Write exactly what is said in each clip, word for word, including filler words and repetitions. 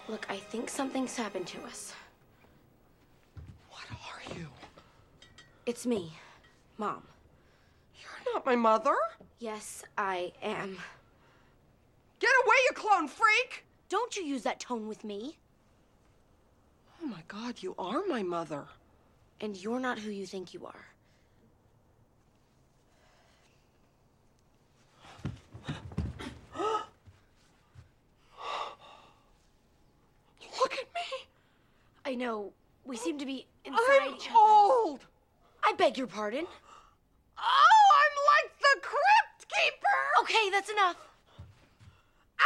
Look, I think something's happened to us. What are you? It's me, Mom. You're not my mother. Yes, I am. Get away, you clone freak! Don't you use that tone with me. Oh my God, you are my mother. And you're not who you think you are. Look at me. I know, we seem to be inside I'm each other. old. I beg your pardon. Oh, I'm like the Crypt Keeper. Okay, that's enough. Ah!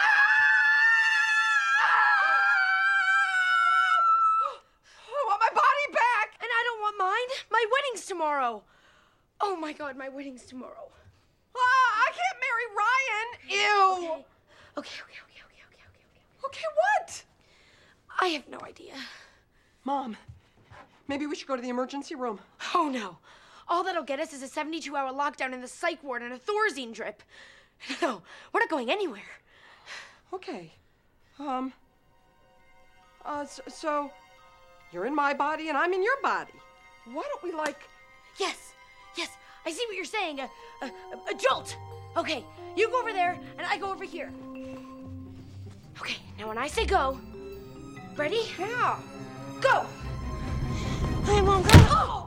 I want my body back. And I don't want mine. My wedding's tomorrow. Oh my God, my wedding's tomorrow. Ah, I can't marry Ryan. Ew. Okay, okay, okay, okay, okay, okay, okay, okay. Okay, what? I have no idea. Mom, maybe we should go to the emergency room. Oh no. All that'll get us is a seventy-two hour lockdown in the psych ward and a Thorazine drip. No, we're not going anywhere. Okay. Um. Uh, so, so you're in my body and I'm in your body. Why don't we, like... Yes, yes, I see what you're saying. A, a, a jolt. Okay, you go over there and I go over here. Okay, now when I say go, ready? Yeah. Go! I won't go. Oh!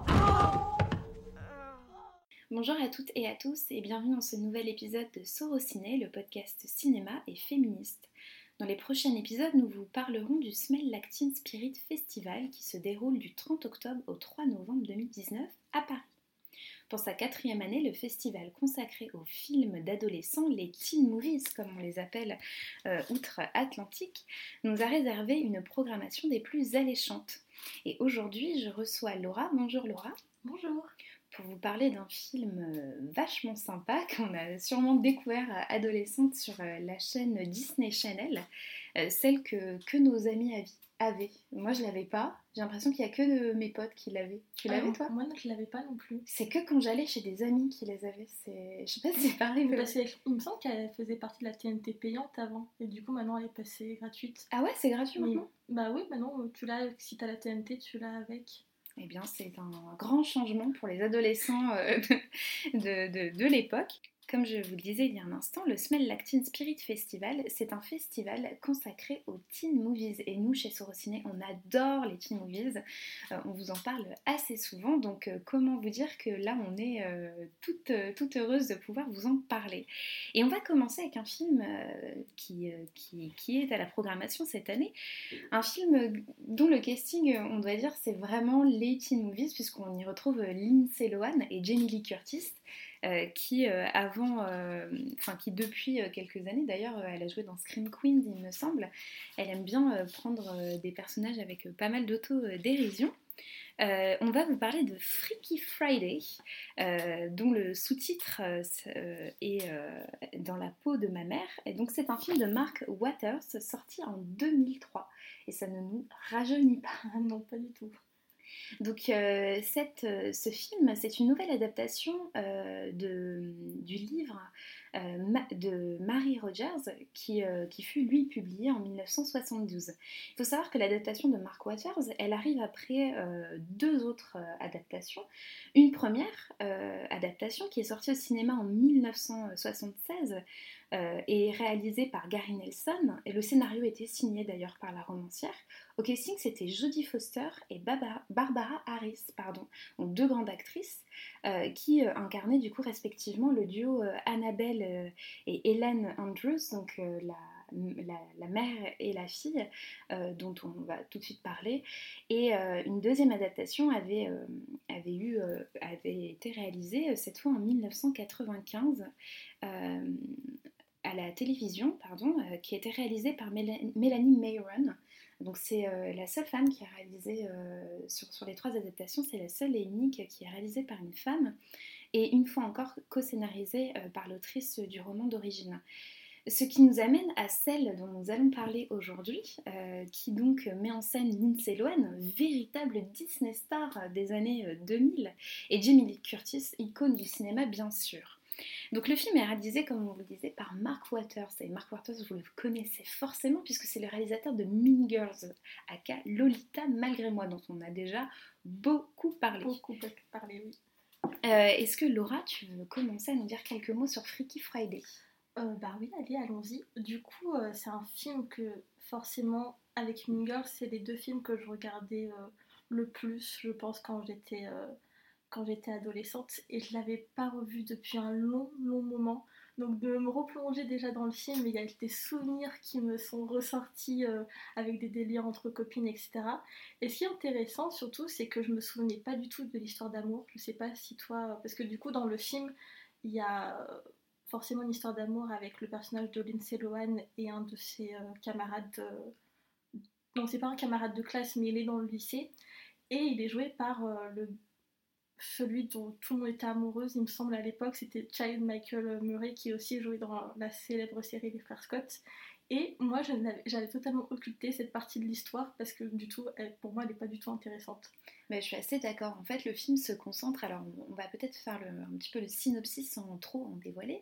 Bonjour à toutes et à tous et bienvenue dans ce nouvel épisode de Sorociné, le podcast cinéma et féministe. Dans les prochains épisodes, nous vous parlerons du Smell Like Teen Spirit Festival qui se déroule du trente octobre au trois novembre deux mille dix-neuf à Paris. Pour sa quatrième année, le festival consacré aux films d'adolescents, les teen movies comme on les appelle euh, outre-Atlantique, nous a réservé une programmation des plus alléchantes. Et aujourd'hui, je reçois Laura. Bonjour Laura. Bonjour. Pour vous parler d'un film euh, vachement sympa qu'on a sûrement découvert euh, adolescente sur euh, la chaîne Disney Channel, euh, celle que, que nos amis avaient. Moi je l'avais pas, j'ai l'impression qu'il y a que de mes potes qui l'avaient. Tu l'avais ah, toi? Moi je l'avais pas non plus. C'est que quand j'allais chez des amis qui les avaient. C'est... Je sais pas si c'est pareil. Mais... Parce qu'il me semble qu'elle faisait partie de la T N T payante avant et du coup maintenant elle est passée gratuite. Ah ouais, c'est gratuit Mais, maintenant? Bah oui, maintenant tu l'as, si t'as la T N T tu l'as avec. Eh bien, c'est un grand changement pour les adolescents euh, de, de, de, de l'époque. Comme je vous le disais il y a un instant, le Smell Like Teen Spirit Festival, c'est un festival consacré aux teen movies. Et nous, chez Sorociné, on adore les teen movies. Euh, on vous en parle assez souvent. Donc, euh, comment vous dire que là, on est euh, toute, euh, toute heureuse de pouvoir vous en parler. Et on va commencer avec un film euh, qui, euh, qui, qui est à la programmation cette année. Un film dont le casting, on doit dire, c'est vraiment les teen movies, puisqu'on y retrouve Lindsay Lohan et Jamie Lee Curtis. Euh, qui euh, avant, enfin euh, qui depuis euh, quelques années d'ailleurs, euh, elle a joué dans Scream Queens il me semble, elle aime bien euh, prendre euh, des personnages avec euh, pas mal d'auto-dérision. Euh, on va vous parler de Freaky Friday, euh, dont le sous-titre euh, est euh, Dans la peau de ma mère. Et donc c'est un film de Mark Waters sorti en deux mille trois et ça ne nous rajeunit pas. Non, pas du tout. Donc euh, cette, euh, ce film, c'est une nouvelle adaptation euh, de, du livre euh, ma, de Mary Rogers qui, euh, qui fut lui publié en dix-neuf cent soixante-douze. Il faut savoir que l'adaptation de Mark Waters, elle arrive après euh, deux autres euh, adaptations. Une première euh, adaptation qui est sortie au cinéma en dix-neuf cent soixante-seize euh, et réalisée par Gary Nelson, et le scénario était signé d'ailleurs par la romancière. Au casting, c'était Jodie Foster et Barbara, Barbara Harris, pardon, donc deux grandes actrices euh, qui euh, incarnaient du coup respectivement le duo euh, Annabelle euh, et Ellen Andrews, donc euh, la, la, la mère et la fille, euh, dont on va tout de suite parler. Et euh, une deuxième adaptation avait, euh, avait, eu, euh, avait été réalisée euh, cette fois en dix-neuf cent quatre-vingt-quinze euh, à la télévision, pardon, euh, qui était réalisée par Mel- Mélanie Mayron. Donc c'est euh, la seule femme qui a réalisé, euh, sur, sur les trois adaptations, c'est la seule et unique qui est réalisée par une femme, et une fois encore co-scénarisée euh, par l'autrice du roman d'origine. Ce qui nous amène à celle dont nous allons parler aujourd'hui, euh, qui donc met en scène Lindsay Lohan, véritable Disney star des années deux mille, et Jamie Lee Curtis, icône du cinéma bien sûr. Donc le film est réalisé, comme on vous le disait, par Mark Waters. Et Mark Waters, vous le connaissez forcément puisque c'est le réalisateur de Mean Girls, aka Lolita malgré moi, dont on a déjà beaucoup parlé. Beaucoup, beaucoup parlé, oui. Euh, est-ce que Laura, tu veux commencer à nous dire quelques mots sur Freaky Friday ? euh, Bah oui, allez, allons-y. Du coup, euh, c'est un film que forcément, avec Mean Girls, c'est les deux films que je regardais euh, le plus, je pense, quand j'étais... Euh, quand j'étais adolescente et je l'avais pas revu depuis un long long moment, donc de me replonger déjà dans le film, il y a des souvenirs qui me sont ressortis euh, avec des délires entre copines, etc. Et ce qui est intéressant surtout, c'est que je me souvenais pas du tout de l'histoire d'amour. Je sais pas si toi, parce que du coup dans le film il y a forcément une histoire d'amour avec le personnage de Lindsay Lohan et un de ses euh, camarades de... non, c'est pas un camarade de classe, mais il est dans le lycée et il est joué par euh, le celui dont tout le monde était amoureuse, il me semble à l'époque, c'était Chad Michael Murray qui aussi jouait dans la célèbre série Les Frères Scott. Et moi, j'avais totalement occulté cette partie de l'histoire parce que du tout, elle, pour moi, elle n'est pas du tout intéressante. Mais je suis assez d'accord. En fait, le film se concentre. Alors, on va peut-être faire le, un petit peu le synopsis sans trop en dévoiler.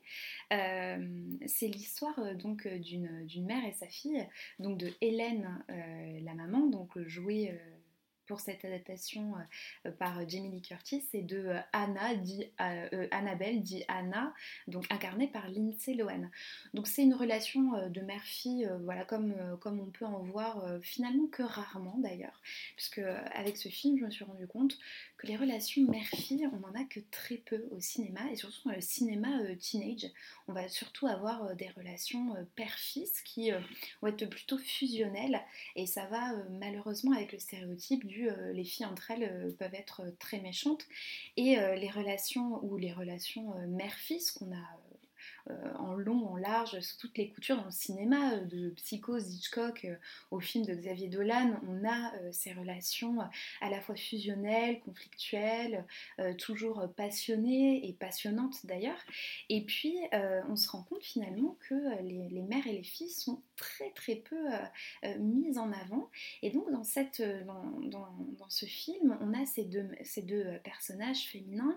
Euh, c'est l'histoire euh, donc d'une d'une mère et sa fille, donc de Hélène, euh, la maman, donc jouée euh, pour cette adaptation euh, par Jamie Lee Curtis, et de euh, Anna, dit, euh, euh, Annabelle, dit Anna, donc incarnée par Lindsay Lohan. Donc c'est une relation euh, de mère-fille, euh, voilà, comme, euh, comme on peut en voir euh, finalement que rarement d'ailleurs, puisque euh, avec ce film je me suis rendu compte que les relations mère-fille, on n'en a que très peu au cinéma, et surtout dans le cinéma euh, teenage, on va surtout avoir euh, des relations euh, père-fils qui euh, vont être plutôt fusionnelles, et ça va euh, malheureusement avec le stéréotype du euh, les filles entre elles euh, peuvent être euh, très méchantes, et euh, les relations ou les relations euh, mère-fils qu'on a euh, en long, en large, sous toutes les coutures dans le cinéma, euh, de Psychose d'Hitchcock euh, au film de Xavier Dolan, on a euh, ces relations à la fois fusionnelles, conflictuelles, euh, toujours passionnées et passionnantes d'ailleurs. Et puis euh, on se rend compte finalement que les, les mères et les filles sont très très peu euh, euh, mises en avant. Et donc dans, cette, dans, dans, dans ce film, on a ces deux, ces deux personnages féminins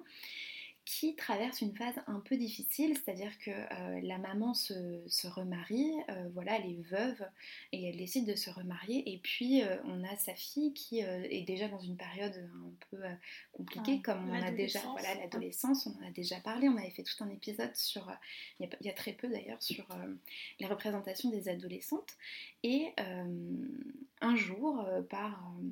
qui traverse une phase un peu difficile, c'est-à-dire que euh, la maman se, se remarie, euh, voilà, elle est veuve et elle décide de se remarier, et puis euh, on a sa fille qui euh, est déjà dans une période un peu euh, compliquée, ah, comme on en a déjà, voilà, l'adolescence, on en a déjà parlé, on avait fait tout un épisode sur, euh, il, y a, il y a très peu d'ailleurs, sur euh, les représentations des adolescentes, et euh, un jour, euh, par... Euh,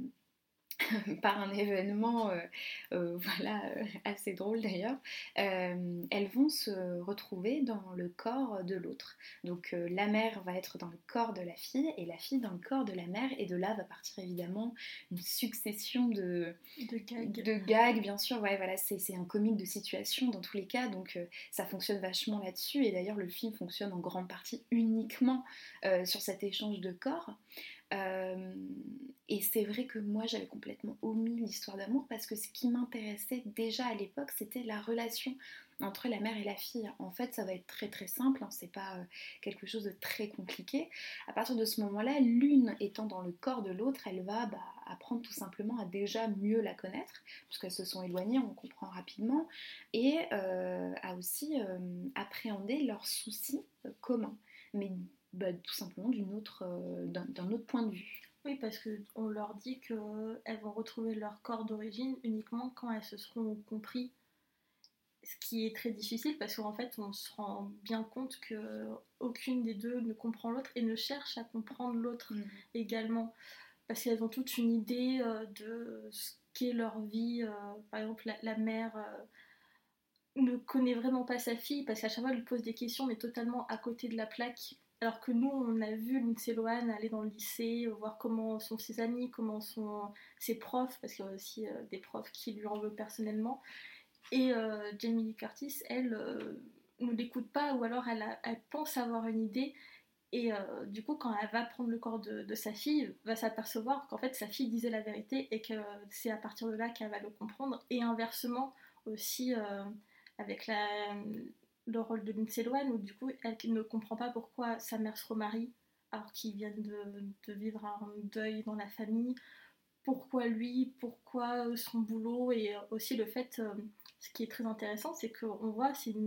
par un événement euh, euh, voilà, euh, assez drôle d'ailleurs, euh, elles vont se retrouver dans le corps de l'autre. Donc euh, la mère va être dans le corps de la fille et la fille dans le corps de la mère, et de là va partir évidemment une succession de, de, gags. de gags, bien sûr. Ouais, voilà, c'est, c'est un comique de situation dans tous les cas, donc euh, ça fonctionne vachement là-dessus, et d'ailleurs le film fonctionne en grande partie uniquement euh, sur cet échange de corps. Euh, et c'est vrai que moi j'avais complètement omis l'histoire d'amour, parce que ce qui m'intéressait déjà à l'époque, c'était la relation entre la mère et la fille. En fait, ça va être très très simple, hein, c'est pas euh, quelque chose de très compliqué. À partir de ce moment-là, l'une étant dans le corps de l'autre, elle va bah, apprendre tout simplement à déjà mieux la connaître, puisqu'elles se sont éloignées, on comprend rapidement, et euh, à aussi euh, appréhender leurs soucis euh, communs. Mais bah, tout simplement d'une autre, euh, d'un, d'un autre point de vue. Oui, parce qu'on leur dit qu'elles vont retrouver leur corps d'origine uniquement quand elles se seront compris, ce qui est très difficile parce qu'en fait on se rend bien compte qu'aucune des deux ne comprend l'autre et ne cherche à comprendre l'autre mmh. également, parce qu'elles ont toutes une idée euh, de ce qu'est leur vie. Euh, par exemple la, la mère euh, ne connaît vraiment pas sa fille parce qu'à chaque fois elle lui pose des questions mais totalement à côté de la plaque. Alors que nous, on a vu Lindsay Lohan aller dans le lycée, voir comment sont ses amis, comment sont ses profs, parce qu'il y a aussi euh, des profs qui lui en veulent personnellement. Et euh, Jamie Lee Curtis, elle, euh, ne l'écoute pas, ou alors elle, a, elle pense avoir une idée. Et euh, du coup, quand elle va prendre le corps de, de sa fille, va s'apercevoir qu'en fait, sa fille disait la vérité et que c'est à partir de là qu'elle va le comprendre. Et inversement aussi, euh, avec la... le rôle de Lindsay Lohan, où du coup elle ne comprend pas pourquoi sa mère se remarie alors qu'ils viennent de, de vivre un deuil dans la famille, pourquoi lui, pourquoi son boulot, et aussi le fait, euh, ce qui est très intéressant, c'est qu'on voit c'est une mère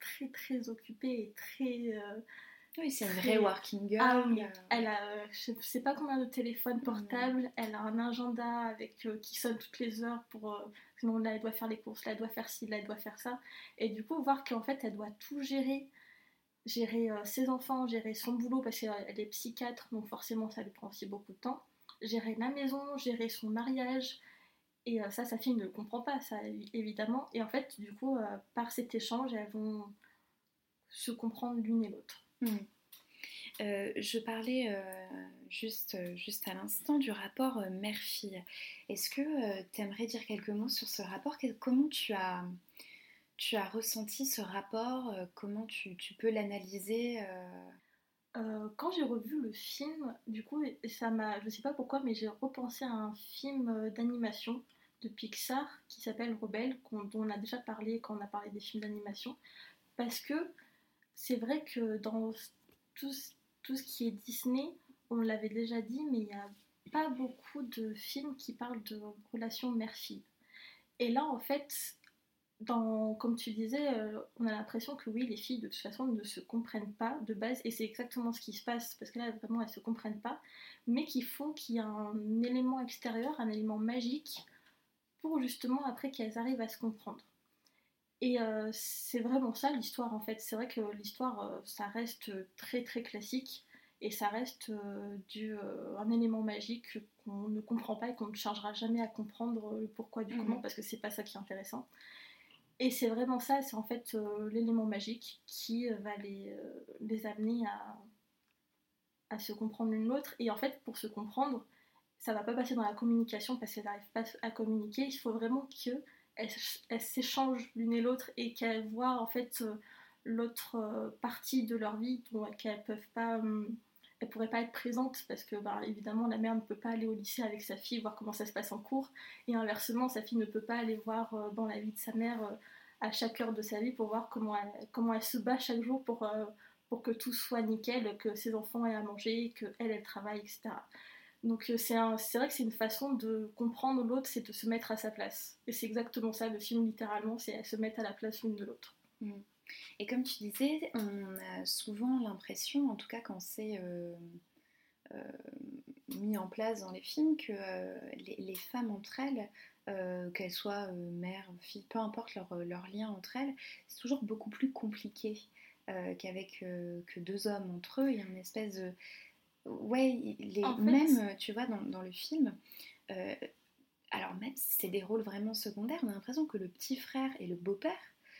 très très occupée et très... euh, Oui, c'est une très... vraie working girl. Ah oui, euh, elle a euh, je sais pas combien de téléphones portables, elle a un agenda avec, euh, qui sonne toutes les heures pour... euh, sinon là elle doit faire les courses, là elle doit faire ci, là elle doit faire ça. Et du coup voir qu'en fait elle doit tout gérer, gérer euh, ses enfants, gérer son boulot parce qu'elle est psychiatre, donc forcément ça lui prend aussi beaucoup de temps, gérer la maison, gérer son mariage, et euh, ça sa fille ne comprend pas ça évidemment, et en fait du coup euh, par cet échange elles vont se comprendre l'une et l'autre. hmm. Euh, je parlais euh, juste, juste à l'instant du rapport euh, mère-fille. Est-ce que euh, tu aimerais dire quelques mots sur ce rapport? Quel- Comment tu as, tu as ressenti ce rapport? euh, Comment tu, tu peux l'analyser? euh, Euh, quand j'ai revu le film, du coup, ça m'a, je sais pas pourquoi, mais j'ai repensé à un film euh, d'animation de Pixar qui s'appelle Rebelle, qu'on- dont on a déjà parlé quand on a parlé des films d'animation, parce que c'est vrai que dans tout, ce- tout ce qui est Disney, on l'avait déjà dit, mais il n'y a pas beaucoup de films qui parlent de relations mère-fille. Et là, en fait, dans, comme tu disais, euh, on a l'impression que oui, les filles de toute façon ne se comprennent pas de base, et c'est exactement ce qui se passe, parce que là vraiment elles se comprennent pas, mais qu'il faut qu'il y ait un élément extérieur, un élément magique, pour justement après qu'elles arrivent à se comprendre. Et euh, c'est vraiment ça l'histoire en fait. C'est vrai que l'histoire, euh, ça reste très très classique, et ça reste euh, du, euh, un élément magique qu'on ne comprend pas et qu'on ne chargera jamais à comprendre le pourquoi du comment, Mhm. parce que c'est pas ça qui est intéressant. Et c'est vraiment ça, c'est en fait euh, l'élément magique qui euh, va les, euh, les amener à, à se comprendre l'une l'autre. Et en fait, pour se comprendre, ça va pas passer dans la communication parce qu'elles n'arrivent pas à communiquer. Il faut vraiment qu'elles elles s'échangent l'une et l'autre et qu'elles voient en fait euh, l'autre euh, partie de leur vie, donc qu'elles peuvent pas. Euh, elles pourraient pas être présentes parce que bah, évidemment la mère ne peut pas aller au lycée avec sa fille voir comment ça se passe en cours, et inversement sa fille ne peut pas aller voir euh, dans la vie de sa mère euh, à chaque heure de sa vie pour voir comment elle, comment elle se bat chaque jour pour, euh, pour que tout soit nickel, que ses enfants aient à manger, qu'elle elle travaille, et cetera. Donc euh, c'est, un, c'est vrai que c'est une façon de comprendre l'autre, c'est de se mettre à sa place. Et c'est exactement ça, le film littéralement, c'est se mettre à la place l'une de l'autre. Mm. Et comme tu disais, on a souvent l'impression, en tout cas quand c'est euh, euh, mis en place dans les films, que euh, les, les femmes entre elles, euh, qu'elles soient euh, mères, filles, peu importe leur, leur lien entre elles, c'est toujours beaucoup plus compliqué euh, qu'avec euh, que deux hommes entre eux. Il y a une espèce de... Ouais, les, En fait, même, tu vois, dans, dans le film, euh, alors même si c'est des rôles vraiment secondaires, on a l'impression que le petit frère et le beau-père,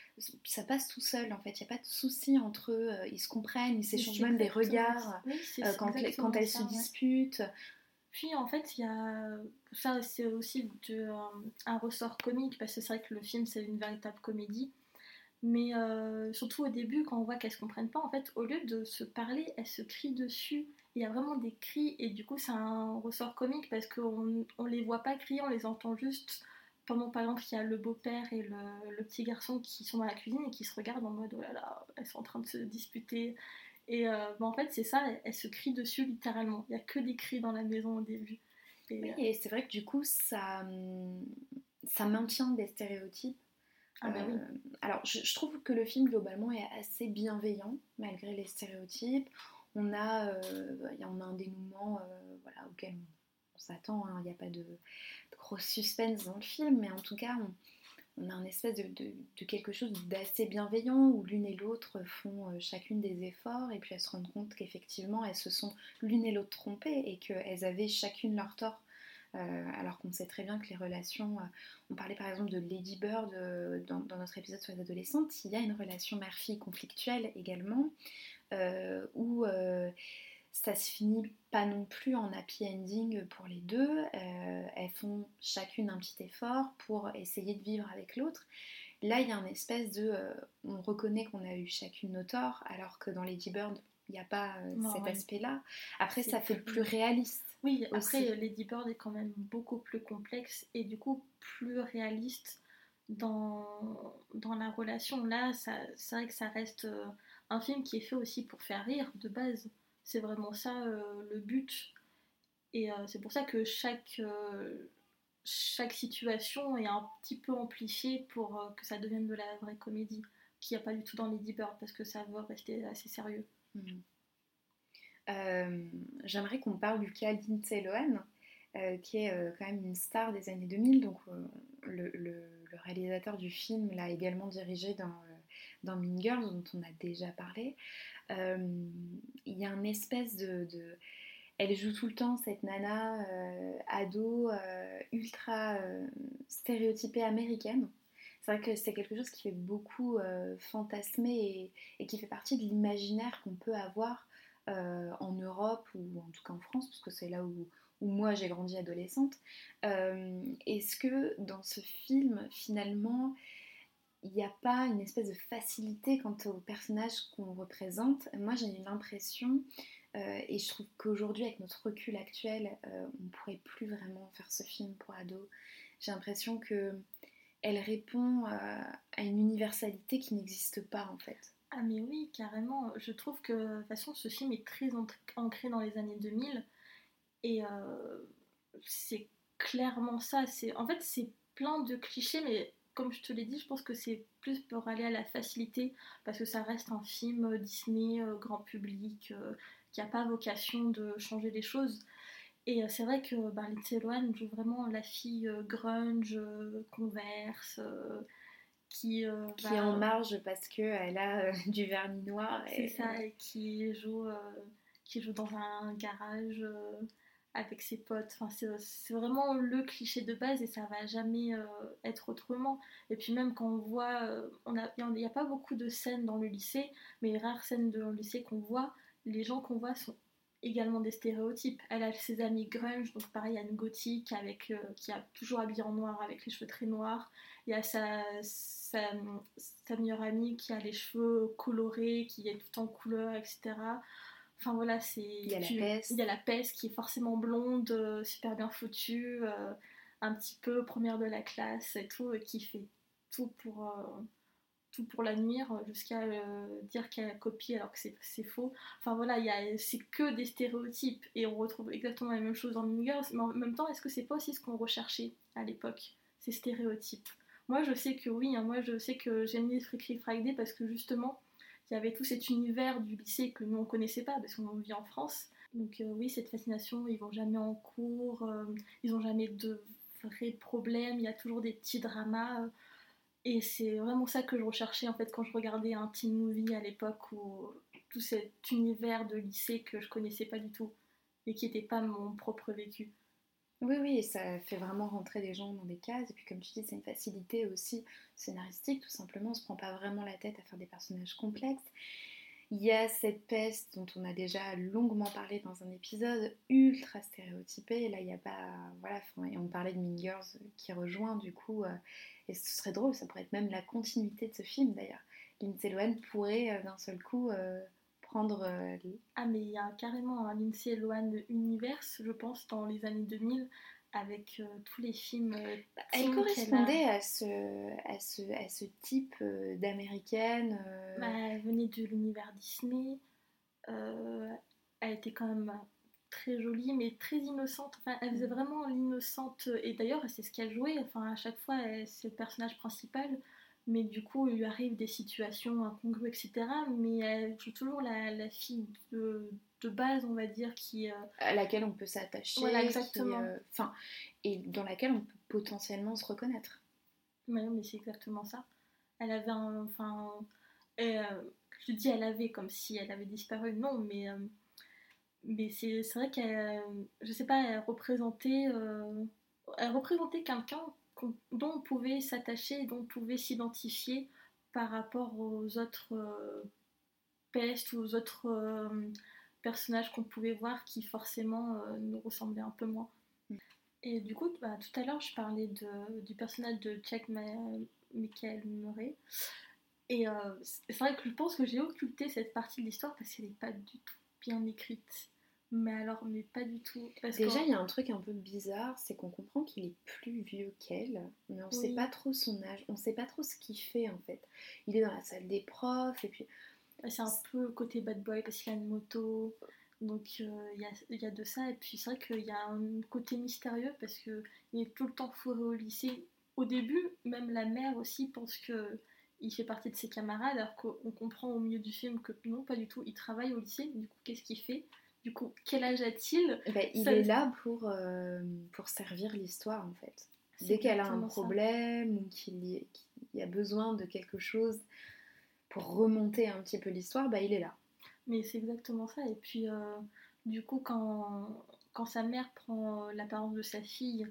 ça passe tout seul en fait, il n'y a pas de souci entre eux, euh, ils se comprennent, ils mais s'échangent c'est même des exactement regards oui, c'est, euh, c'est quand, les- exactement quand elles ça, se ouais. disputent. Puis en fait, il y a ça, c'est aussi de, euh, un ressort comique parce que c'est vrai que le film c'est une véritable comédie. Mais euh, surtout au début, quand on voit qu'elles se comprennent pas, en fait, au lieu de se parler, elles se crient dessus. Il y a vraiment des cris, et du coup, c'est un ressort comique parce qu'on on les voit pas crier, on les entend juste pendant, par exemple, il y a le beau-père et le, le petit garçon qui sont dans la cuisine et qui se regardent en mode oh là là, elles sont en train de se disputer. Et euh, bah, en fait, c'est ça, elles, elles se crient dessus littéralement. Il y a que des cris dans la maison au début. Et, Oui, euh, et c'est vrai que du coup, ça, hum, ça maintient des stéréotypes. ah bah oui. Euh, alors, je, je trouve que le film globalement est assez bienveillant malgré les stéréotypes. On a, euh, il y a- on a un dénouement euh, voilà, auquel on, on s'attend, hein. Il n'y a pas de, de gros suspense dans le film, mais en tout cas, on, on a un espèce de, de- de quelque chose d'assez bienveillant où l'une et l'autre font euh, chacune des efforts et puis elles se rendent compte qu'effectivement elles se sont l'une et l'autre trompées et qu'elles avaient chacune leur tort. Euh, alors qu'on sait très bien que les relations, euh, on parlait par exemple de Lady Bird euh, dans, dans notre épisode sur les adolescentes, il y a une relation mère-fille conflictuelle également, euh, où euh, ça se finit pas non plus en happy ending pour les deux. Euh, elles font chacune un petit effort pour essayer de vivre avec l'autre. Là, il y a un espèce de... euh, on reconnaît qu'on a eu chacune nos torts, alors que dans Lady Bird, il n'y a pas euh, Non, cet ouais. aspect-là. Après, C'est ça fait plus- plus réaliste. Oui, Aussi. après, Lady Bird est quand même beaucoup plus complexe et du coup plus réaliste dans, dans la relation. Là, ça, c'est vrai que ça reste euh, un film qui est fait aussi pour faire rire de base. C'est vraiment ça euh, le but. Et euh, c'est pour ça que chaque, euh, chaque situation est un petit peu amplifiée pour euh, que ça devienne de la vraie comédie. qu'il n'y a pas du tout dans Lady Bird, parce que ça veut rester assez sérieux. Mmh. Euh, j'aimerais qu'on parle du cas Lindsay Lohan, euh, qui est euh, quand même une star des années deux mille. Donc, euh, le, le, le réalisateur du film l'a également dirigé dans, euh, dans Mean Girls, dont on a déjà parlé. Euh, il y a une espèce de, de... Elle joue tout le temps cette nana euh, ado euh, ultra euh, stéréotypée américaine. C'est vrai que c'est quelque chose qui fait beaucoup euh, fantasmer et, et qui fait partie de l'imaginaire qu'on peut avoir euh, en Europe ou en tout cas en France, parce que c'est là où, où moi j'ai grandi adolescente. Euh, est-ce que dans ce film, finalement, il n'y a pas une espèce de facilité quant aux personnages qu'on représente? Moi j'ai l'impression, euh, et je trouve qu'aujourd'hui avec notre recul actuel, euh, on ne pourrait plus vraiment faire ce film pour ados. J'ai l'impression que elle répond à, à une universalité qui n'existe pas en fait. Ah mais oui, carrément. Je trouve que de toute façon ce film est très ancré dans les années deux mille et euh, c'est clairement ça. C'est, en fait c'est plein de clichés, mais comme je te l'ai dit, je pense que c'est plus pour aller à la facilité, parce que ça reste un film Disney euh, grand public euh, qui n'a pas vocation de changer les choses. Et euh, c'est vrai que bah, Lindsay Lohan joue vraiment la fille euh, grunge, euh, Converse, euh, qui, euh, Qui va- est en marge parce qu'elle a euh, du vernis noir. c'est Et, ça, et qui joue, euh, qui joue dans un garage euh, avec ses potes. Enfin, c'est, c'est vraiment le cliché de base et ça va jamais euh, être autrement. Et puis même quand on voit, euh, on a, il n'y a pas beaucoup de scènes dans le lycée, mais les rares scènes dans le lycée qu'on voit, les gens qu'on voit sont également des stéréotypes. Elle a ses amis grunge, donc pareil, il y a une gothique avec, euh, qui a toujours habillée en noir avec les cheveux très noirs. Il y a sa, sa, sa meilleure amie qui a les cheveux colorés, qui est tout en couleur, et cetera. Enfin voilà, c'est... Il y a la tu- peste. Il y a la peste qui est forcément blonde, euh, super bien foutue, euh, un petit peu première de la classe et tout, et qui fait tout pour... euh, tout pour la nuire jusqu'à euh, dire qu'elle a copié alors que c'est, c'est faux. Enfin voilà, y a, c'est que des stéréotypes et on retrouve exactement la même chose dans Mean Girls, mais en même temps, est-ce que c'est pas aussi ce qu'on recherchait à l'époque, ces stéréotypes? Moi je sais que oui, hein, moi je sais que j'aime les Freaky Friday parce que justement, il y avait tout cet univers du lycée que nous on connaissait pas parce qu'on vit en France. Donc euh, oui, cette fascination, ils vont jamais en cours, euh, ils ont jamais de vrais problèmes, il y a toujours des petits dramas. euh, et c'est vraiment ça que je recherchais en fait quand je regardais un teen movie à l'époque, où tout cet univers de lycée que je connaissais pas du tout et qui n'était pas mon propre vécu. Oui, oui, ça fait vraiment rentrer des gens dans des cases. Et puis comme tu dis, c'est une facilité aussi scénaristique, tout simplement. On ne se prend pas vraiment la tête à faire des personnages complexes. Il y a cette peste dont on a déjà longuement parlé dans un épisode, ultra stéréotypé. Et là, il n'y a pas... Voilà, et on parlait de Mean Girls qui rejoint du coup... Euh, et ce serait drôle, ça pourrait être même la continuité de ce film d'ailleurs. Lindsay Lohan pourrait euh, d'un seul coup euh, prendre... Euh, Ah mais il y a carrément un Lindsay Lohan universe, je pense, dans les années deux mille, avec euh, tous les films euh, Elle teen correspondait qu'elle a. à ce, à ce, à ce type euh, d'américaine. euh, Bah, elle venait de l'univers Disney, euh, elle était quand même très jolie mais très innocente, enfin elle faisait Mm. vraiment l'innocente et d'ailleurs c'est ce qu'elle jouait, enfin à chaque fois elle- c'est le personnage principal mais du coup il lui arrive des situations incongrues etc, mais elle joue toujours la, la fille de, de base on va dire qui euh, à laquelle on peut s'attacher, voilà qui, exactement, euh, enfin, et dans laquelle on peut potentiellement se reconnaître. mais, non, mais c'est exactement ça, elle avait un, enfin euh, je dis elle avait comme si elle avait disparu, non mais euh, mais c'est c'est vrai qu'elle, je sais pas, elle représentait, euh, elle représentait quelqu'un qu'on- dont on pouvait s'attacher, dont on pouvait s'identifier par rapport aux autres euh, pestes ou aux autres euh, personnages qu'on pouvait voir qui forcément euh, nous ressemblaient un peu moins. Mm. Et du coup, bah, tout à l'heure, je parlais de, du personnage de Chuck Ma- Michael Murray. Et euh, c'est vrai que je pense que j'ai occulté cette partie de l'histoire parce qu'elle n'est pas du tout bien écrite. Mais alors, mais pas du tout. Parce Déjà, qu'en- il y a un truc un peu bizarre, c'est qu'on comprend qu'il est plus vieux qu'elle, mais on sait Oui. pas trop son âge, on sait pas trop ce qu'il fait en fait. Il est dans la salle des profs, et puis c'est un peu côté bad boy parce qu'il a une moto. Donc euh, il y, a, il y a de ça. Et puis c'est vrai qu'il y a un côté mystérieux parce qu'il est tout le temps fourré au lycée. Au début, même la mère aussi pense que il fait partie de ses camarades, alors qu'on comprend au milieu du film que non, pas du tout, il travaille au lycée, du coup, qu'est-ce qu'il fait? Du coup, quel âge a-t-il? Ben, il Ça- est là pour, euh, pour servir l'histoire, en fait. C'est Dès qu'elle a un exactement ça. problème ou qu'il y, qu'il y a besoin de quelque chose pour remonter un petit peu l'histoire, bah, il est là. Mais c'est exactement ça. Et puis, euh, du coup, quand, quand sa mère prend l'apparence de sa fille,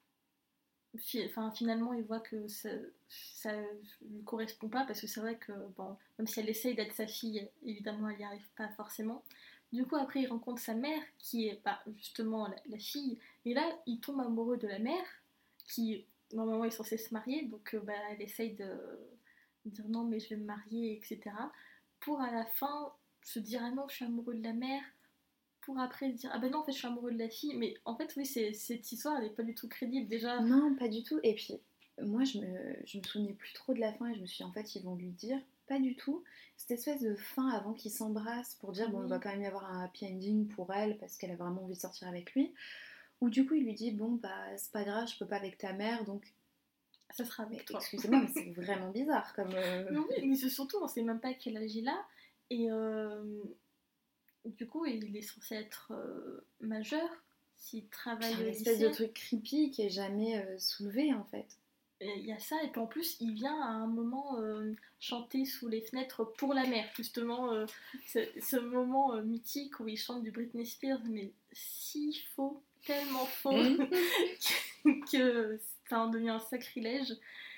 fi- enfin, finalement, il voit que ça, ça lui correspond pas, parce que c'est vrai que, bon, même si elle essaye d'être sa fille, évidemment, elle n'y arrive pas forcément. Du coup, après, il rencontre sa mère, qui est bah, justement la, la fille, et là, il tombe amoureux de la mère, qui, normalement, est censée se marier, donc euh, bah, elle essaye de dire non, mais je vais me marier, et cetera. Pour à la fin se dire ah non, je suis amoureux de la mère, pour après se dire ah ben non, en fait, je suis amoureux de la fille, mais en fait, oui, c'est, cette histoire, elle est pas du tout crédible déjà. Non, pas du tout. Et puis, moi, je me, je me souvenais plus trop de la fin et je me suis dit, en fait, ils vont lui dire, pas du tout. Cette espèce de fin avant qu'ils s'embrassent pour dire, bon, il Oui. va quand même y avoir un happy ending pour elle parce qu'elle a vraiment envie de sortir avec lui. Ou du coup, il lui dit, bon, bah, c'est pas grave, je peux pas avec ta mère, donc. Ça sera Mais avec toi. excusez-moi, mais c'est vraiment bizarre comme. euh, Mais oui, mais c'est surtout, on sait même pas quel âge il a. Et euh, du coup, il est censé être euh, majeur s'il Puis travaille un au espèce de lycée. truc creepy qui est jamais euh, soulevé en fait. Et il y a ça, et puis en plus, il vient à un moment euh, chanter sous les fenêtres pour la mer, justement, euh, ce, ce moment euh, mythique où il chante du Britney Spears, mais si faux, tellement faux, que, que ça en devient un sacrilège.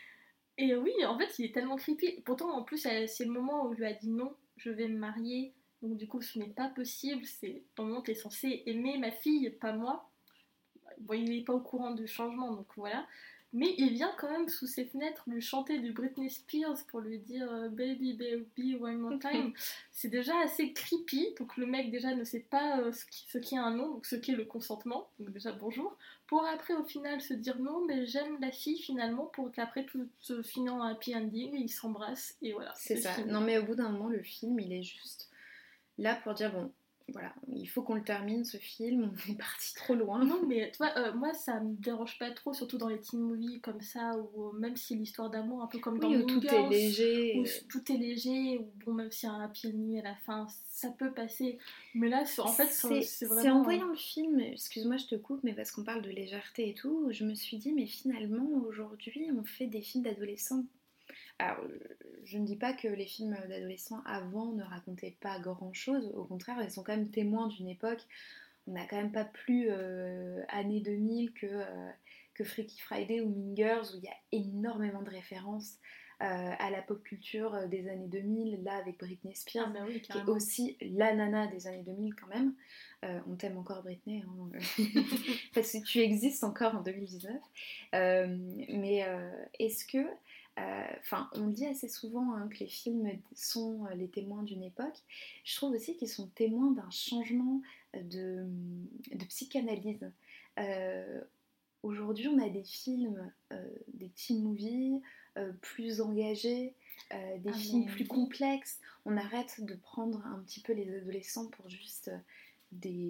Et oui, en fait, il est tellement creepy. Pourtant, en plus, elle- c'est le moment où il lui a dit non, je vais me marier. Donc, du coup, ce n'est pas possible. C'est dans le moment où tu es censé aimer ma fille, pas moi. Bon, il n'est pas au courant du changement, donc voilà. Mais il vient quand même sous ses fenêtres lui chanter du Britney Spears pour lui dire euh, Baby, baby, one more time. C'est déjà assez creepy. Donc le mec déjà ne sait pas euh, ce qui- ce qu'est un non, donc ce qu'est le consentement. Donc déjà bonjour. Pour après au final se dire non, mais j'aime la fille finalement, pour qu'après tout se finisse en happy ending, ils s'embrassent et voilà. C'est ça. fini. Non mais au bout d'un moment, le film, il est juste là pour dire, bon, voilà, il faut qu'on le termine ce film, on est parti trop loin. Non, mais tu vois, euh, moi ça me dérange pas trop, surtout dans les teen movies comme ça, ou euh, même si l'histoire d'amour, un peu comme dans Oui, où Mean tout est Girls, léger. où euh, tout est léger, ou bon, même s'il y a un happy ending à la fin, ça peut passer. Mais là, c'est- en fait, c'est C'est c'est c'est vraiment. en voyant le film, excuse-moi je te coupe, mais parce qu'on parle de légèreté et tout, où je me suis dit, mais finalement aujourd'hui on fait des films d'adolescents. Alors euh, je ne dis pas que les films d'adolescents avant ne racontaient pas grand-chose, au contraire ils sont quand même témoins d'une époque. On n'a quand même pas plus euh, années deux mille que, euh, que Freaky Friday ou Mean Girls, où il y a énormément de références euh, à la pop culture euh, des années deux mille, là avec Britney Spears, Ah, bah oui, qui est carrément. aussi la nana des années deux mille quand même. Euh, on t'aime encore Britney, hein. Parce que tu existes encore en deux mille dix-neuf. Euh, mais euh, est-ce que, enfin, on le dit assez souvent hein, que les films sont les témoins d'une époque. Je trouve aussi qu'ils sont témoins d'un changement de, de psychanalyse. Euh, Aujourd'hui, on a des films, euh, des teen movies euh, plus engagés, euh, des Ah, films mais plus oui. complexes. On arrête de prendre un petit peu les adolescents pour juste des...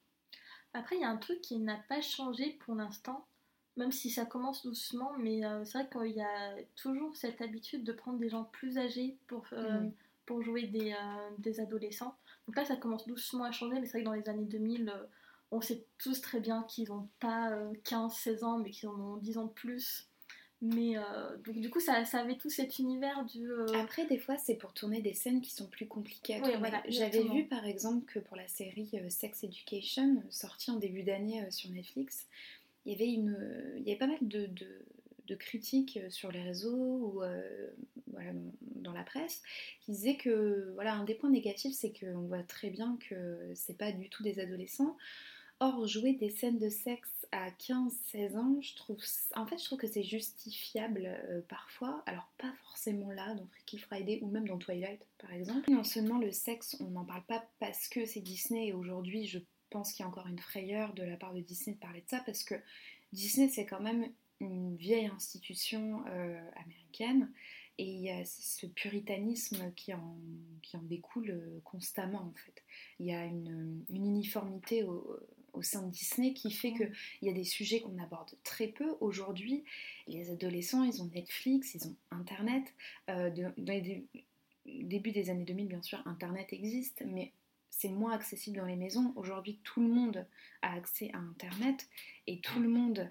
Après, il y a un truc qui n'a pas changé pour l'instant, même si ça commence doucement, mais euh, c'est vrai qu'il y a toujours cette habitude de prendre des gens plus âgés pour, euh, Mm. pour jouer des, euh, des adolescents. Donc là, ça commence doucement à changer, mais c'est vrai que dans les années deux mille, euh, on sait tous très bien qu'ils n'ont pas euh, quinze seize ans, mais qu'ils en ont dix ans de plus. Mais euh, donc du coup, ça, ça avait tout cet univers du... euh, Après, des fois, c'est pour tourner des scènes qui sont plus compliquées à Ouais, tourner. voilà, J'avais exactement. vu par exemple que pour la série euh, Sex Education, euh, sortie en début d'année euh, sur Netflix, il y avait, une, euh, il y avait pas mal de, de- de critiques euh, sur les réseaux ou euh, voilà, dans, dans la presse qui disaient que voilà, un des points négatifs, c'est qu'on voit très bien que c'est pas du tout des adolescents. Or, jouer des scènes de sexe à quinze seize ans, je trouve, en fait, je trouve que c'est justifiable euh, parfois. Alors, pas forcément là, dans Freaky Friday ou même dans Twilight, par exemple. Non seulement le sexe, on n'en parle pas parce que c'est Disney, et aujourd'hui, je pense qu'il y a encore une frayeur de la part de Disney de parler de ça, parce que Disney, c'est quand même une vieille institution euh, américaine, et il y a ce puritanisme qui en, qui en découle euh, constamment, en fait. Il y a une, une uniformité au au sein de Disney qui fait qu'il y a des sujets qu'on aborde très peu. Aujourd'hui, les adolescents, ils ont Netflix, ils ont Internet. Euh, de, dans les début des années deux mille, bien sûr, Internet existe, mais c'est moins accessible dans les maisons. Aujourd'hui, tout le monde a accès à Internet et tout le monde,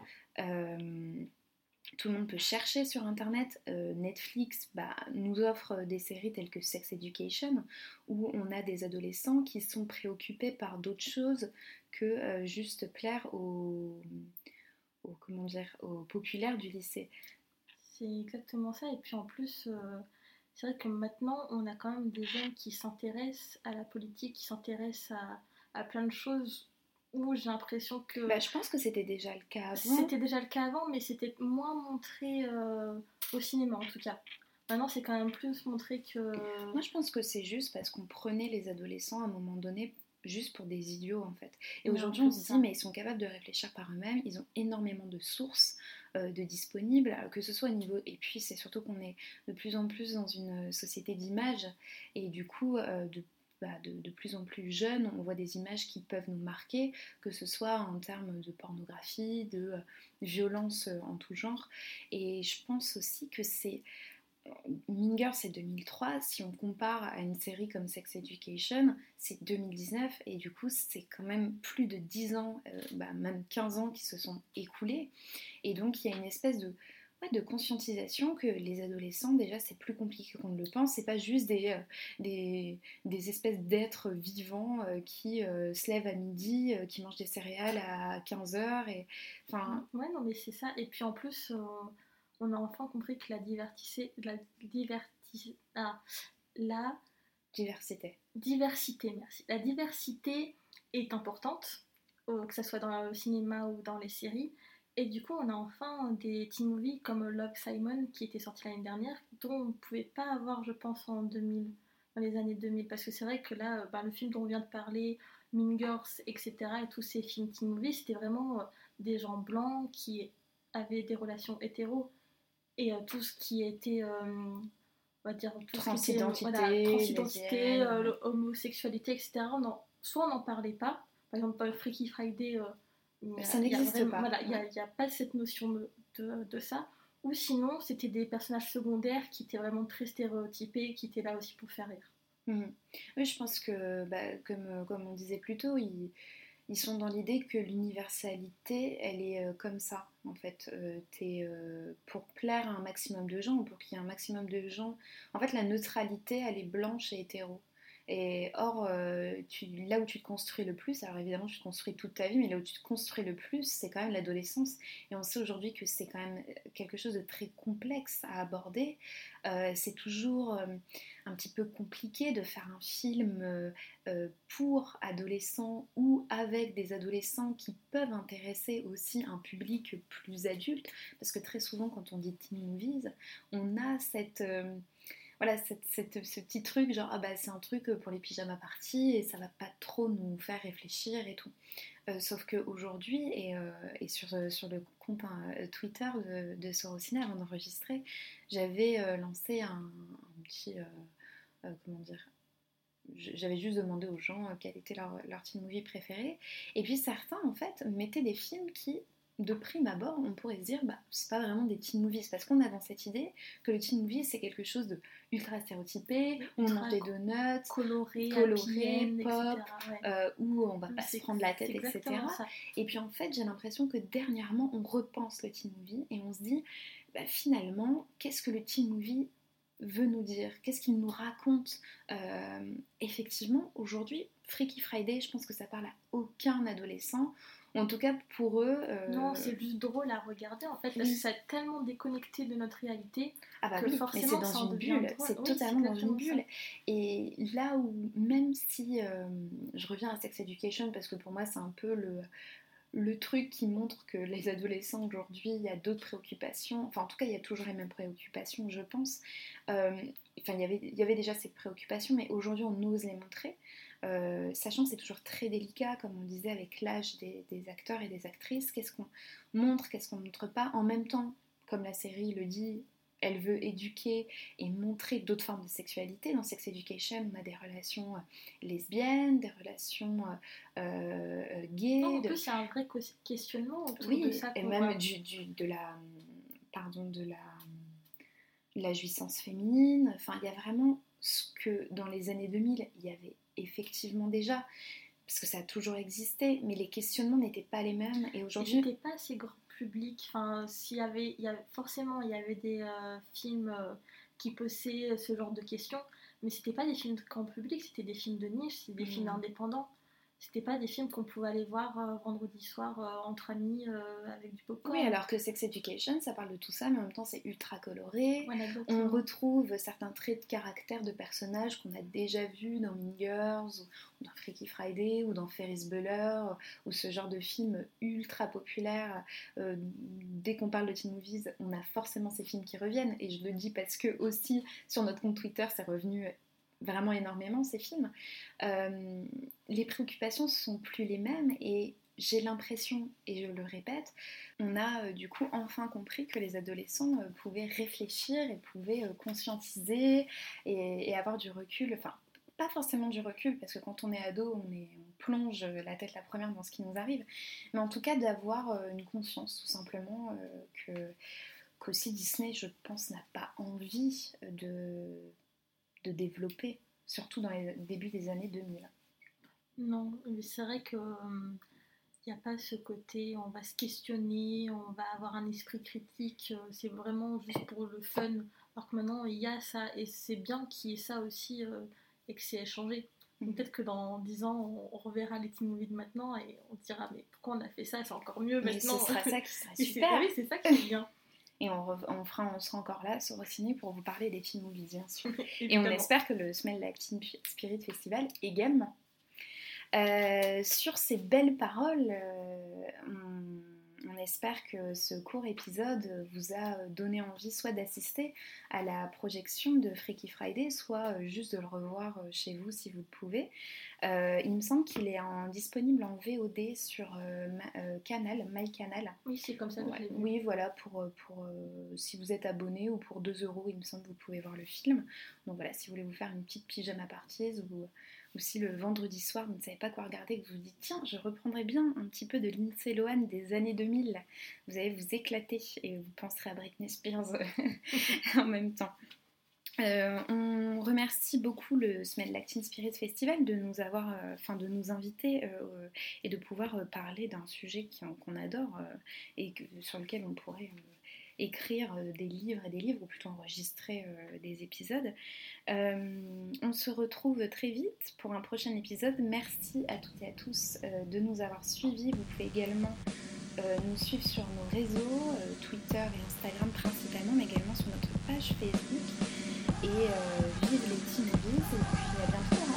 euh, tout le monde peut chercher sur Internet. Euh, Netflix bah, nous offre des séries telles que Sex Education, où on a des adolescents qui sont préoccupés par d'autres choses que euh, juste plaire aux, aux, comment dire, aux populaires du lycée. C'est exactement ça. Et puis en plus... Euh... C'est vrai que maintenant, on a quand même des jeunes qui s'intéressent à la politique, qui s'intéressent à, à plein de choses où j'ai l'impression que... Bah, je pense que c'était déjà le cas avant. C'était déjà le cas avant, mais c'était moins montré euh, au cinéma en tout cas. Maintenant, c'est quand même plus montré que... Moi, je pense que c'est juste parce qu'on prenait les adolescents à un moment donné juste pour des idiots en fait. Et non, aujourd'hui, on se dit, ça. mais ils sont capables de réfléchir par eux-mêmes, ils ont énormément de sources euh, de disponibles, que ce soit au niveau... Et puis, c'est surtout qu'on est de plus en plus dans une société d'images, et du coup, euh, de, bah, de, de plus en plus jeunes, on voit des images qui peuvent nous marquer, que ce soit en termes de pornographie, de euh, violence euh, en tout genre. Et je pense aussi que c'est... Mean Girls c'est deux mille trois, si on compare à une série comme Sex Education, c'est deux mille dix-neuf et du coup c'est quand même plus de dix ans, euh, bah, même quinze ans qui se sont écoulés et donc il y a une espèce de, ouais, de conscientisation que les adolescents déjà c'est plus compliqué qu'on ne le pense, c'est pas juste des, euh, des, des espèces d'êtres vivants euh, qui euh, se lèvent à midi, euh, qui mangent des céréales à quinze heures et enfin... Ouais non mais c'est ça et puis en plus... Euh... on a enfin compris que la diversité, la diversité, ah, la diversité, diversité, merci. La diversité est importante, euh, que ce soit dans le cinéma ou dans les séries. Et du coup, on a enfin des teen movies comme Love, Simon qui était sorti l'année dernière, dont on ne pouvait pas avoir, je pense, en deux mille, dans les années deux mille, parce que c'est vrai que là, bah, le film dont on vient de parler, Mean Girls, et cetera, et tous ces films teen movies, c'était vraiment euh, des gens blancs qui avaient des relations hétéros. Et euh, tout ce qui était, euh, on va dire, tout transidentité, ce qui était, voilà, transidentité, euh, homosexualité, et cetera. On en, soit on n'en parlait pas, par exemple dans le Freaky Friday, euh, ça n'existe vraiment, pas. Voilà, il ouais. n'y a, a pas cette notion de, de, de ça. Ou sinon, c'était des personnages secondaires qui étaient vraiment très stéréotypés, qui étaient là aussi pour faire rire. Mmh. Oui, je pense que, bah, comme, comme on disait plus tôt, il... Ils sont dans l'idée que l'universalité, elle est euh, comme ça, en fait. Euh, t'es, euh, pour plaire à un maximum de gens, ou pour qu'il y ait un maximum de gens... En fait, la neutralité, elle est blanche et hétéro. Et or, euh, tu, là où tu te construis le plus, alors évidemment, tu te construis toute ta vie, mais là où tu te construis le plus, c'est quand même l'adolescence. Et on sait aujourd'hui que c'est quand même quelque chose de très complexe à aborder. Euh, c'est toujours euh, un petit peu compliqué de faire un film euh, euh, pour adolescents ou avec des adolescents qui peuvent intéresser aussi un public plus adulte. Parce que très souvent, quand on dit teen movies, on a cette... Euh, Voilà, cette, cette, ce petit truc, genre, ah bah c'est un truc pour les pyjama parties et ça va pas trop nous faire réfléchir et tout. Euh, sauf qu'aujourd'hui, et, euh, et sur, sur le compte hein, Twitter de, de Sorociné, avant d'enregistrer, j'avais euh, lancé un, un petit. Euh, euh, comment dire J'avais juste demandé aux gens euh, quel était leur, leur teen movie préféré. Et puis certains, en fait, mettaient des films qui. De prime abord, on pourrait se dire, bah, c'est pas vraiment des teen movies, parce qu'on a dans cette idée que le teen movie c'est quelque chose de ultra stéréotypé, où on mange des donuts, coloré, coloré end, pop, ouais. euh, où on va pas se prendre la tête, et cetera. Ça. Et puis en fait, j'ai l'impression que dernièrement, on repense le teen movie et on se dit, bah, finalement, qu'est-ce que le teen movie veut nous dire? Qu'est-ce qu'il nous raconte? euh, Effectivement, aujourd'hui, Freaky Friday, je pense que ça parle à aucun adolescent. En tout cas, pour eux... Euh... Non, c'est juste drôle à regarder, en fait, parce oui. que ça est tellement déconnecté de notre réalité ah bah que oui, forcément, mais c'est dans une bulle, drôle. c'est oui, totalement c'est dans une bulle. Ça. Et là où, même si... Euh, je reviens à Sex Education, parce que pour moi, c'est un peu le... le truc qui montre que les adolescents aujourd'hui, il y a d'autres préoccupations, enfin en tout cas il y a toujours les mêmes préoccupations je pense, euh, enfin il y avait, il y avait déjà ces préoccupations mais aujourd'hui on ose les montrer, euh, sachant que c'est toujours très délicat comme on disait avec l'âge des, des acteurs et des actrices, qu'est-ce qu'on montre, qu'est-ce qu'on montre pas, en même temps comme la série le dit, elle veut éduquer et montrer d'autres formes de sexualité. Dans Sex Education, on a des relations euh, lesbiennes, des relations euh, euh, gays. Non, en de... plus, il y a un vrai questionnement autour oui, de ça. et même voit. Du, du, de la... Pardon, de la... la jouissance féminine. Enfin, il y a vraiment ce que dans les années deux mille, il y avait effectivement déjà, parce que ça a toujours existé, mais les questionnements n'étaient pas les mêmes. Et aujourd'hui, c'était pas assez grand public. Enfin, s'il y avait, il y avait forcément, il y avait des euh, films euh, qui posaient ce genre de questions, mais c'était pas des films de grand public, c'était des films de niche, c'était des mmh. films indépendants. C'était pas des films qu'on pouvait aller voir euh, vendredi soir euh, entre amis euh, avec du popcorn. Oui, alors que Sex Education, ça parle de tout ça, mais en même temps c'est ultra coloré. Voilà, on retrouve certains traits de caractère de personnages qu'on a déjà vus dans Mean Girls, ou dans Freaky Friday, ou dans Ferris Bueller, ou ce genre de films ultra populaires. Euh, dès qu'on parle de teen movies, on a forcément ces films qui reviennent. Et je le dis parce que aussi sur notre compte Twitter, c'est revenu vraiment énormément ces films. Euh, les préoccupations sont plus les mêmes et j'ai l'impression, et je le répète, on a euh, du coup enfin compris que les adolescents euh, pouvaient réfléchir et pouvaient euh, conscientiser et, et avoir du recul, enfin pas forcément du recul parce que quand on est ado on, est, on plonge la tête la première dans ce qui nous arrive, mais en tout cas d'avoir euh, une conscience tout simplement euh, que, qu'aussi Disney je pense n'a pas envie de de développer, surtout dans les débuts des années deux mille. Non, mais c'est vrai qu'il n'y euh, a pas ce côté, on va se questionner, on va avoir un esprit critique, euh, c'est vraiment juste pour le fun, alors que maintenant il y a ça, et c'est bien qu'il y ait ça aussi, euh, et que c'est échangé. Donc, peut-être que dans dix ans, on reverra les teen movies de maintenant, et on se dira, mais pourquoi on a fait ça, c'est encore mieux mais maintenant. Ce sera ça qui sera super. Oui, c'est ça qui est bien. Et on, re, on, fera, on sera encore là sur Ciné pour vous parler des teen movies, bien sûr. Et on espère que le Smell Like Teen Spirit Festival également. Euh, sur ces belles paroles, euh, on, on espère que ce court épisode vous a donné envie soit d'assister à la projection de Freaky Friday, soit juste de le revoir chez vous si vous le pouvez. Euh, il me semble qu'il est en, disponible en V O D sur euh, ma, euh, Canal, MyCanal. Oui, c'est comme ça que ouais. je l'ai vu. Oui, voilà, pour, pour, euh, si vous êtes abonné ou pour deux euros, il me semble que vous pouvez voir le film. Donc voilà, si vous voulez vous faire une petite pyjama parties ou, ou si le vendredi soir, vous ne savez pas quoi regarder, que vous vous dites, tiens, je reprendrai bien un petit peu de Lindsay Lohan des années deux mille, vous allez vous éclater et vous penserez à Britney Spears en même temps. Euh, on remercie beaucoup le Smell Like Teen Spirit Festival de nous avoir, enfin euh, de nous inviter euh, et de pouvoir euh, parler d'un sujet qui, qu'on adore euh, et que, sur lequel on pourrait euh, écrire euh, des livres et des livres ou plutôt enregistrer euh, des épisodes. Euh, on se retrouve très vite pour un prochain épisode. Merci à toutes et à tous euh, de nous avoir suivis. Vous pouvez également euh, nous suivre sur nos réseaux, euh, Twitter et Instagram principalement, mais également sur notre page Facebook. Et euh, vive les teen movies et puis à bientôt.